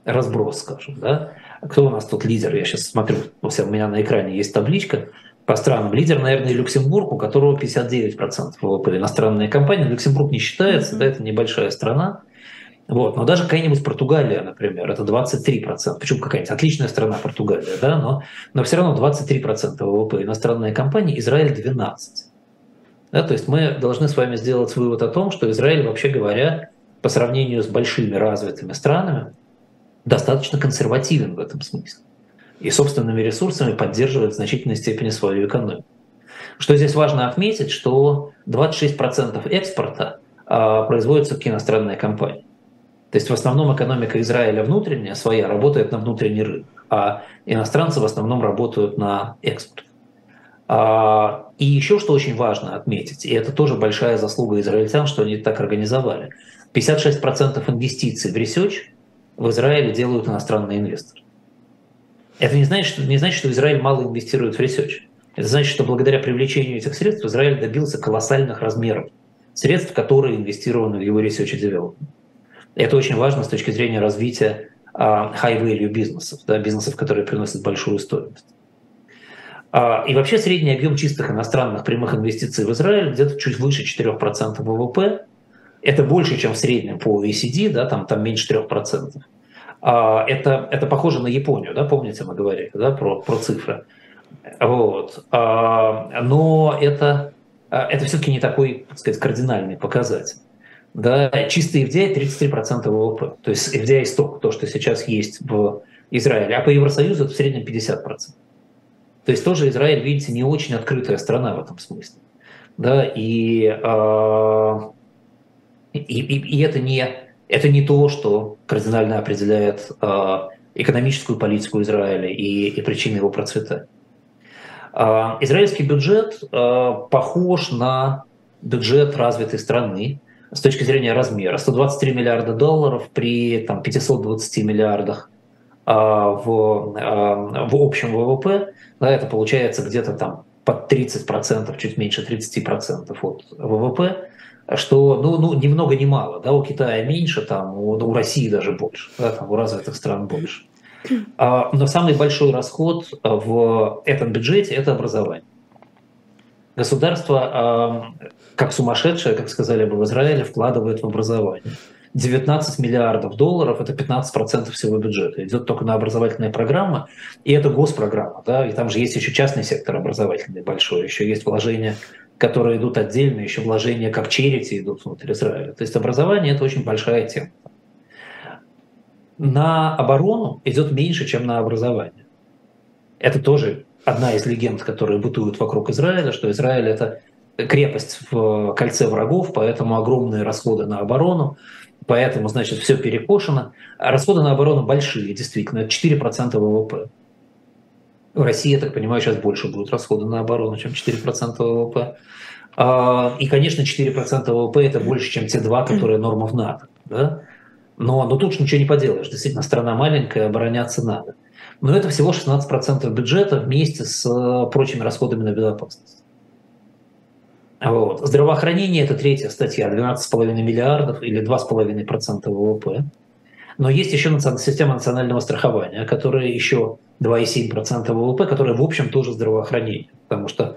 разброс, скажем, да. Кто у нас тут лидер? Я сейчас смотрю, у меня на экране есть табличка по странам. Лидер, наверное, Люксембург, у которого 59% ВВП. Иностранные компании. Люксембург не считается, да, это небольшая страна. Вот. Но даже какая-нибудь Португалия, например, это 23%. Почему какая-нибудь отличная страна Португалия, да, но все равно 23% ВВП иностранные компании, Израиль 12%. Да, то есть мы должны с вами сделать вывод о том, что Израиль, вообще говоря, по сравнению с большими развитыми странами, достаточно консервативен в этом смысле. И собственными ресурсами поддерживает в значительной степени свою экономику. Что здесь важно отметить, что 26% экспорта производится к иностранной компании. То есть в основном экономика Израиля внутренняя, своя, работает на внутренний рынок, а иностранцы в основном работают на экспорт. И еще что очень важно отметить, и это тоже большая заслуга израильтян, что они так организовали. 56% инвестиций в research в Израиле делают иностранные инвесторы. Это не значит, что Израиль мало инвестирует в research. Это значит, что благодаря привлечению этих средств Израиль добился колоссальных размеров средств, которые инвестированы в его research и development. Это очень важно с точки зрения развития high-value бизнесов, да, бизнесов, которые приносят большую стоимость. И вообще средний объем чистых иностранных прямых инвестиций в Израиль где-то чуть выше 4% ВВП. Это больше, чем в среднем по OECD, да, там меньше 3%. Это похоже на Японию, да, помните, мы говорили, да, про цифры. Вот. Но это все-таки не такой, так сказать, кардинальный показатель. Да, чистый FDI 33% ВВП. То есть FDI сток, то, что сейчас есть в Израиле. А по Евросоюзу это в среднем 50%. То есть тоже Израиль, видите, не очень открытая страна в этом смысле. Да, и это не то, что кардинально определяет экономическую политику Израиля и причины его процветания. Израильский бюджет похож на бюджет развитой страны с точки зрения размера. 123 миллиарда долларов при 520 миллиардах в общем ВВП, да, это получается где-то там под 30%, чуть меньше 30% от ВВП, что ни много ни мало. Да, у Китая меньше, там, у России даже больше, да, там, у развитых стран больше. Но самый большой расход в этом бюджете – это образование. Государство, как сумасшедшее, как сказали бы в Израиле, вкладывает в образование. 19 миллиардов долларов – это 15% всего бюджета. Идет только на образовательные программы, и это госпрограмма. Да? И там же есть еще частный сектор образовательный большой, еще есть вложения, которые идут отдельно, еще вложения как charity идут внутрь Израиля. То есть образование – это очень большая тема. На оборону идет меньше, чем на образование. Это тоже одна из легенд, которые бытуют вокруг Израиля, что Израиль – это крепость в кольце врагов, поэтому огромные расходы на оборону, поэтому, значит, все перекошено. А расходы на оборону большие, действительно, это 4% ВВП. В России, я так понимаю, сейчас больше будут расходы на оборону, чем 4% ВВП. И, конечно, 4% ВВП – это больше, чем те 2, которые норма в НАТО. Да? Но тут ничего не поделаешь. Действительно, страна маленькая, обороняться надо. Но это всего 16% бюджета вместе с прочими расходами на безопасность. Вот. Здравоохранение – это третья статья, 12,5 миллиардов или 2,5% ВВП. Но есть еще система национального страхования, которая еще 2,7% ВВП, которая, в общем, тоже здравоохранение. Потому что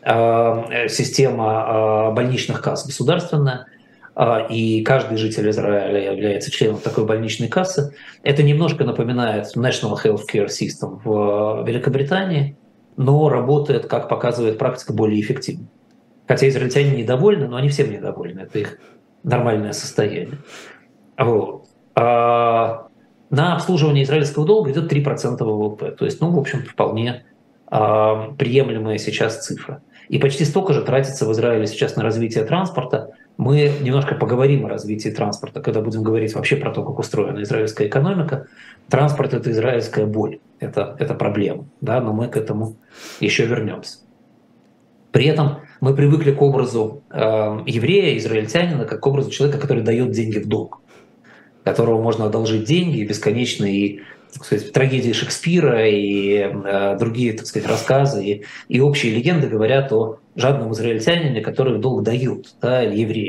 система больничных касс государственная, и каждый житель Израиля является членом такой больничной кассы. Это немножко напоминает National Healthcare System в Великобритании, но работает, как показывает практика, более эффективно. Хотя израильтяне недовольны, но они всем недовольны. Это их нормальное состояние. Вот. На обслуживание израильского долга идет 3% ВВП. То есть, в общем, вполне приемлемая сейчас цифра. И почти столько же тратится в Израиле сейчас на развитие транспорта. Мы немножко поговорим о развитии транспорта, когда будем говорить вообще про то, как устроена израильская экономика. Транспорт – это израильская боль, это проблема, да, но мы к этому еще вернемся. При этом мы привыкли к образу еврея, израильтянина, как к образу человека, который дает деньги в долг, которого можно одолжить деньги, и бесконечные, так сказать, трагедии Шекспира и другие, так сказать, рассказы и общие легенды говорят о жадном израильтянине, который в долг дают, да, или евреи.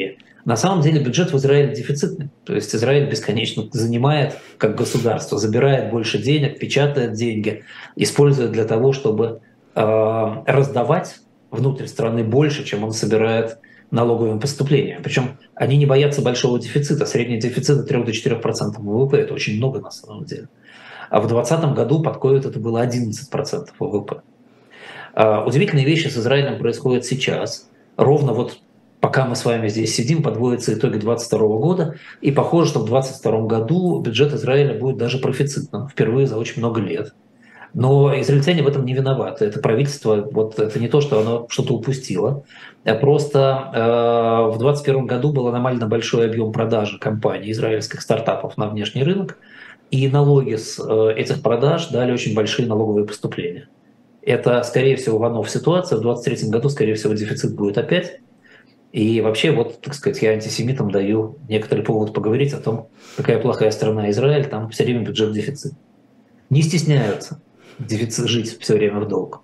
На самом деле бюджет в Израиле дефицитный. То есть Израиль бесконечно занимает, как государство, забирает больше денег, печатает деньги, использует для того, чтобы раздавать внутрь страны больше, чем он собирает налоговыми поступлениями. Причем они не боятся большого дефицита. Средний дефицит от 3 до 4% ВВП. Это очень много на самом деле. А в 2020 году под ковид это было 11% ВВП. Удивительные вещи с Израилем происходят сейчас. Ровно вот пока мы с вами здесь сидим, подводятся итоги 2022 года. И похоже, что в 2022 году бюджет Израиля будет даже профицитным. Впервые за очень много лет. Но израильтяне в этом не виноваты. Это правительство, вот это не то, что оно что-то упустило. Просто в 2021 году был аномально большой объем продажи компаний израильских стартапов на внешний рынок. И налоги с этих продаж дали очень большие налоговые поступления. Это, скорее всего, one-off ситуация. В 2023 году, скорее всего, дефицит будет опять. И вообще, вот, так сказать, я антисемитам даю некоторый повод поговорить о том, какая плохая страна Израиль, там все время бюджет дефицит. Не стесняются жить все время в долг.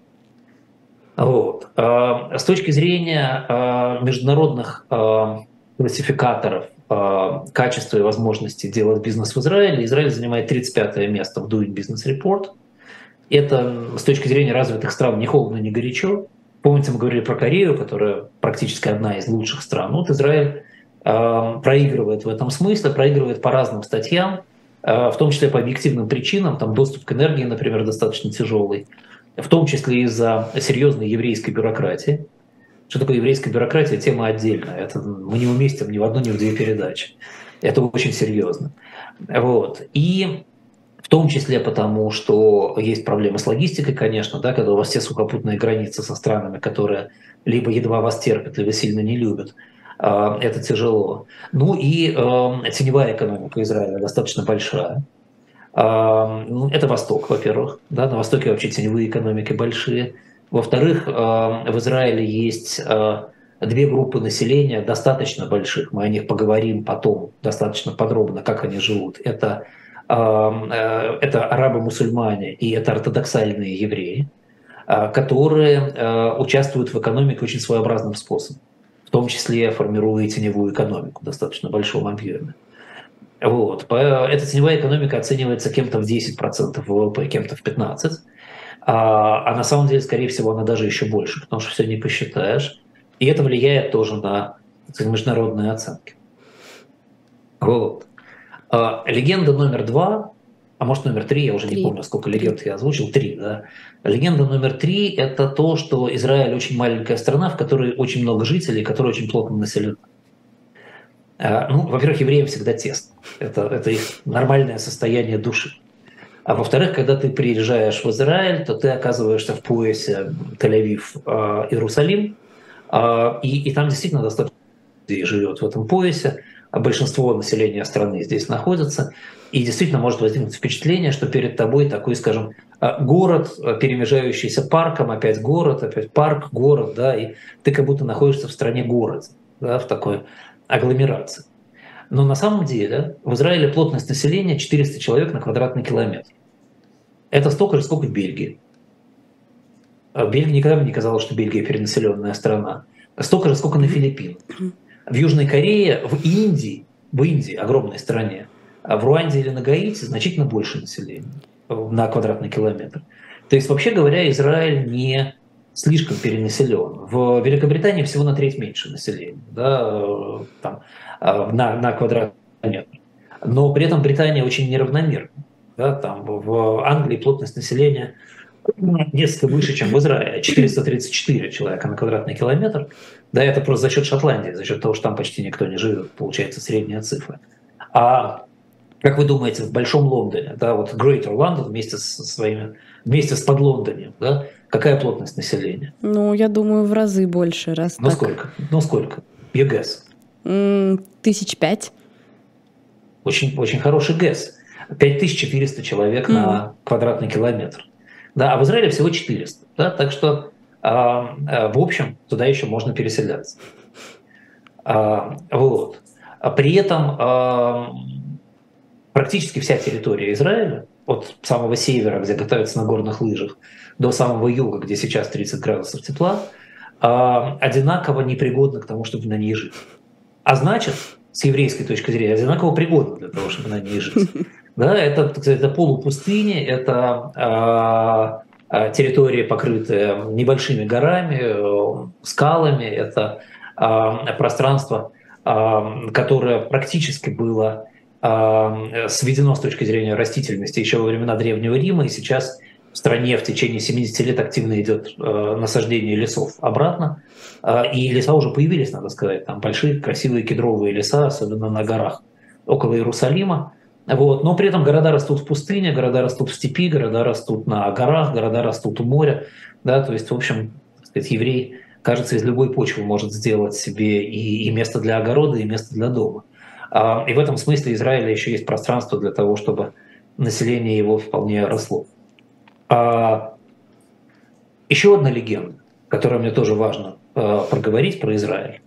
Вот. С точки зрения международных классификаторов качества и возможности делать бизнес в Израиле, Израиль занимает 35 место в Doing Business Report. Это с точки зрения развитых стран ни холодно, ни горячо. Помните, мы говорили про Корею, которая практически одна из лучших стран. Вот Израиль проигрывает в этом смысле, проигрывает по разным статьям, в том числе по объективным причинам, там доступ к энергии, например, достаточно тяжелый, в том числе из-за серьезной еврейской бюрократии. Что такое еврейская бюрократия? Тема отдельная. Это мы не уместим ни в одну, ни в две передачи. Это очень серьезно. Вот. И в том числе потому, что есть проблемы с логистикой, конечно, да, когда у вас все сухопутные границы со странами, которые либо едва вас терпят, либо сильно не любят. Это тяжело. Ну и теневая экономика Израиля достаточно большая. Это Восток, во-первых. Да, на Востоке вообще теневые экономики большие. Во-вторых, в Израиле есть две группы населения достаточно больших. Мы о них поговорим потом достаточно подробно, как они живут. Это арабы-мусульмане и это ортодоксальные евреи, которые участвуют в экономике очень своеобразным способом, в том числе формируя теневую экономику в достаточно большом объеме. Вот. Эта теневая экономика оценивается кем-то в 10% ВВП, кем-то в 15%, а на самом деле, скорее всего, она даже еще больше, потому что все не посчитаешь. И это влияет тоже на международные оценки. Вот. Легенда номер 2, а может номер 3, я уже не помню, сколько легенд я озвучил, 3, да. Легенда номер 3 – это то, что Израиль очень маленькая страна, в которой очень много жителей, которая очень плотно населена. Ну, во-первых, евреям всегда тесно. Это их нормальное состояние души. А во-вторых, когда ты приезжаешь в Израиль, то ты оказываешься в поясе Тель-Авив, Иерусалим, и там действительно достаточно людей живет в этом поясе, а большинство населения страны здесь находится, и действительно может возникнуть впечатление, что перед тобой такой, скажем, город, перемежающийся парком, опять город, опять парк, город, да, и ты как будто находишься в стране-городе, да, в такой агломерации. Но на самом деле в Израиле плотность населения 400 человек на квадратный километр. Это столько же, сколько в Бельгии. Бельгия никогда мне не казалось, что Бельгия перенаселенная страна. Столько же, сколько на Филиппинах. В Южной Корее, в Индии огромной стране, а в Руанде или на Гаити значительно больше населения на квадратный километр. То есть, вообще говоря, Израиль не слишком перенаселен. В Великобритании всего на треть меньше населения, да, там, на квадратный километр. Но при этом Британия очень неравномерна. Да, там в Англии плотность населения несколько выше, чем в Израиле. 434 человека на квадратный километр. Да, это просто за счет Шотландии, за счет того, что там почти никто не живет, получается средняя цифра. А как вы думаете, в Большом Лондоне, да, вот Greater London вместе с Подлондонием, да, какая плотность населения? Ну, я думаю, в разы больше. Раз ну, так. Сколько? Ну, сколько? You guess. 1005. Очень, очень хороший guess. 5400 человек на квадратный километр. Да, а в Израиле всего 400. Да, так что, в общем, туда еще можно переселяться. Вот. При этом практически вся территория Израиля, от самого севера, где катаются на горных лыжах, до самого юга, где сейчас 30 градусов тепла, одинаково непригодна к тому, чтобы на ней жить. а значит, с еврейской точки зрения, одинаково пригодна для того, чтобы на ней жить. Да, это, так сказать, это полупустыни, это территория, покрытая небольшими горами, скалами, это пространство, которое практически было сведено с точки зрения растительности еще во времена Древнего Рима, и сейчас в стране в течение 70 лет активно идет насаждение лесов обратно, и леса уже появились, надо сказать, там большие красивые кедровые леса, особенно на горах около Иерусалима. Вот. Но при этом города растут в пустыне, города растут в степи, города растут на горах, города растут у моря. Да? То есть, в общем, так сказать, еврей, кажется, из любой почвы может сделать себе и место для огорода, и место для дома. И в этом смысле Израиля еще есть пространство для того, чтобы население его вполне росло. Еще одна легенда, которую мне тоже важно проговорить про Израиль.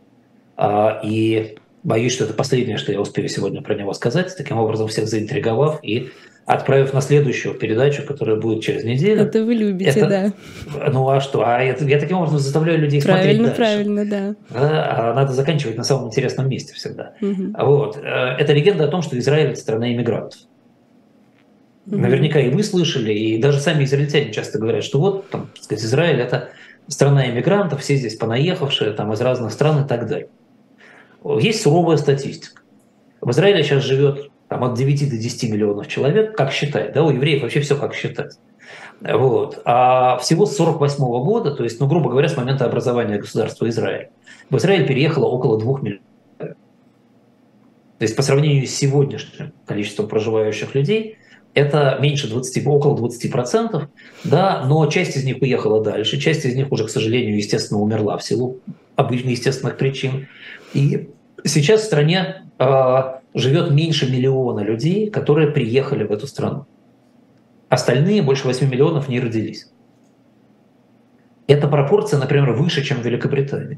И боюсь, что это последнее, что я успею сегодня про него сказать, таким образом всех заинтриговав и отправив на следующую передачу, которая будет через неделю. Это вы любите, да. Ну а что? Я таким образом заставляю людей смотреть дальше. Правильно, да. А надо заканчивать на самом интересном месте всегда. Вот. Это легенда о том, что Израиль – это страна иммигрантов. Наверняка и вы слышали, и даже сами израильтяне часто говорят, что вот, там, так сказать, Израиль – это страна иммигрантов, все здесь понаехавшие там, из разных стран и так далее. Есть суровая статистика. В Израиле сейчас живет там, от 9 до 10 миллионов человек, как считать, да, у евреев вообще все как считать. Вот. А всего с 1948 года, то есть, ну, грубо говоря, с момента образования государства Израиль, в Израиль переехало около 2 миллионов. То есть по сравнению с сегодняшним количеством проживающих людей, это меньше 20, около 20%, да, но часть из них уехала дальше, часть из них уже, к сожалению, естественно, умерла в силу обычных естественных причин. И сейчас в стране живет меньше 1 миллиона людей, которые приехали в эту страну. Остальные, больше 8 миллионов, не родились. Эта пропорция, например, выше, чем в Великобритании.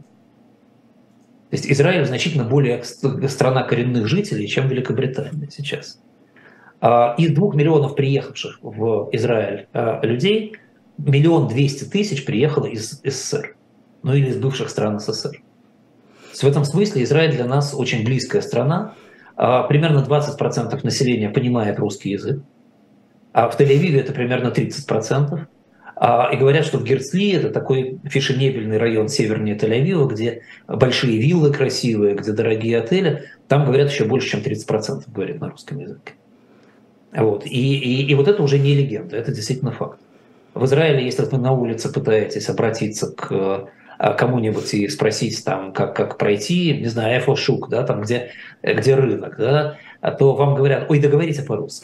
То есть Израиль значительно более страна коренных жителей, чем Великобритания сейчас. Из 2 миллионов приехавших в Израиль людей 1 200 000 приехало из СССР, ну или из бывших стран СССР. В этом смысле Израиль для нас очень близкая страна. Примерно 20% населения понимает русский язык, а в Тель-Авиве это примерно 30%. И говорят, что в Герцли, это такой фешенебельный район севернее Тель-Авива, где большие виллы красивые, где дорогие отели, там говорят еще больше, чем 30% говорят на русском языке. Вот. И вот это уже не легенда, это действительно факт. В Израиле, если вы на улице пытаетесь обратиться к кому-нибудь и спросить, там, как пройти, не знаю, эфошук, да, там, где рынок, да, то вам говорят, ой, договорите по-русски.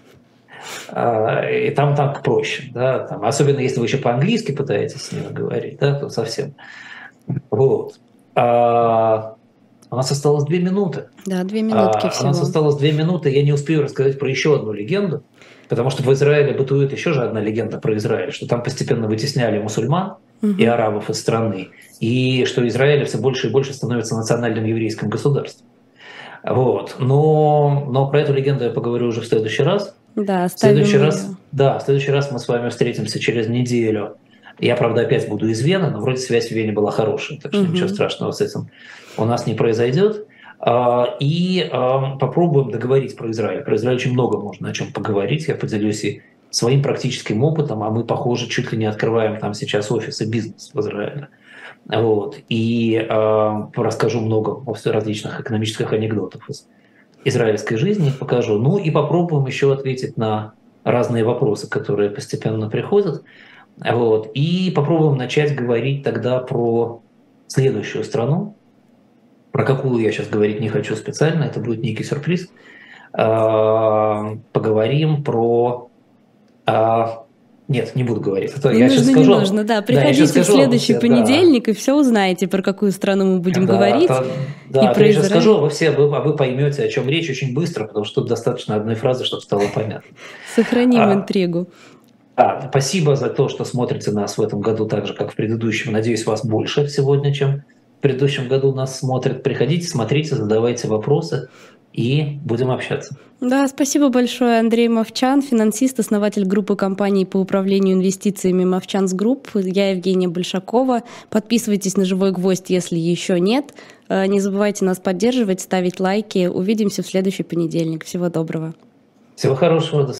И там так проще, да, там, особенно если вы еще по-английски пытаетесь с ними говорить, да, то совсем. Вот. У нас осталось 2 минуты. Да, 2 минутки всего. У нас осталось 2 минуты, я не успею рассказать про еще одну легенду, потому что в Израиле бытует еще же одна легенда про Израиль, что там постепенно вытесняли мусульман и арабов из страны, и что Израиль все больше и больше становится национальным еврейским государством. Вот. Но про эту легенду я поговорю уже в следующий раз. Да, в следующий раз мы с вами встретимся через неделю. Я, правда, опять буду из Вены, но вроде связь в Вене была хорошая, так что ничего страшного с этим у нас не произойдет. И попробуем договорить про Израиль. Про Израиль очень много можно о чем поговорить. Я поделюсь и своим практическим опытом, а мы, похоже, чуть ли не открываем там сейчас офис и бизнес в Израиле. Вот. И расскажу много различных экономических анекдотов из израильской жизни, покажу. Ну и попробуем еще ответить на разные вопросы, которые постепенно приходят. Вот. И попробуем начать говорить тогда про следующую страну, про какую я сейчас говорить не хочу специально, это будет некий сюрприз. Поговорим про... Нет, не буду говорить. Не нужно, да. Приходите в следующий понедельник, и все узнаете, про какую страну мы будем говорить. Да, я сейчас скажу, вы поймете, о чем речь очень быстро, потому что тут достаточно одной фразы, чтобы стало понятно. Сохраним интригу. Спасибо за то, что смотрите нас в этом году так же, как в предыдущем. Надеюсь, вас больше сегодня, чем в предыдущем году нас смотрят. Приходите, смотрите, задавайте вопросы. и будем общаться. Да, спасибо большое, Андрей Мовчан, финансист, основатель группы компаний по управлению инвестициями Мовчанс Групп. Я Евгения Большакова. Подписывайтесь на «Живой гвоздь», если еще нет. Не забывайте нас поддерживать, ставить лайки. Увидимся в следующий понедельник. Всего доброго. Всего хорошего.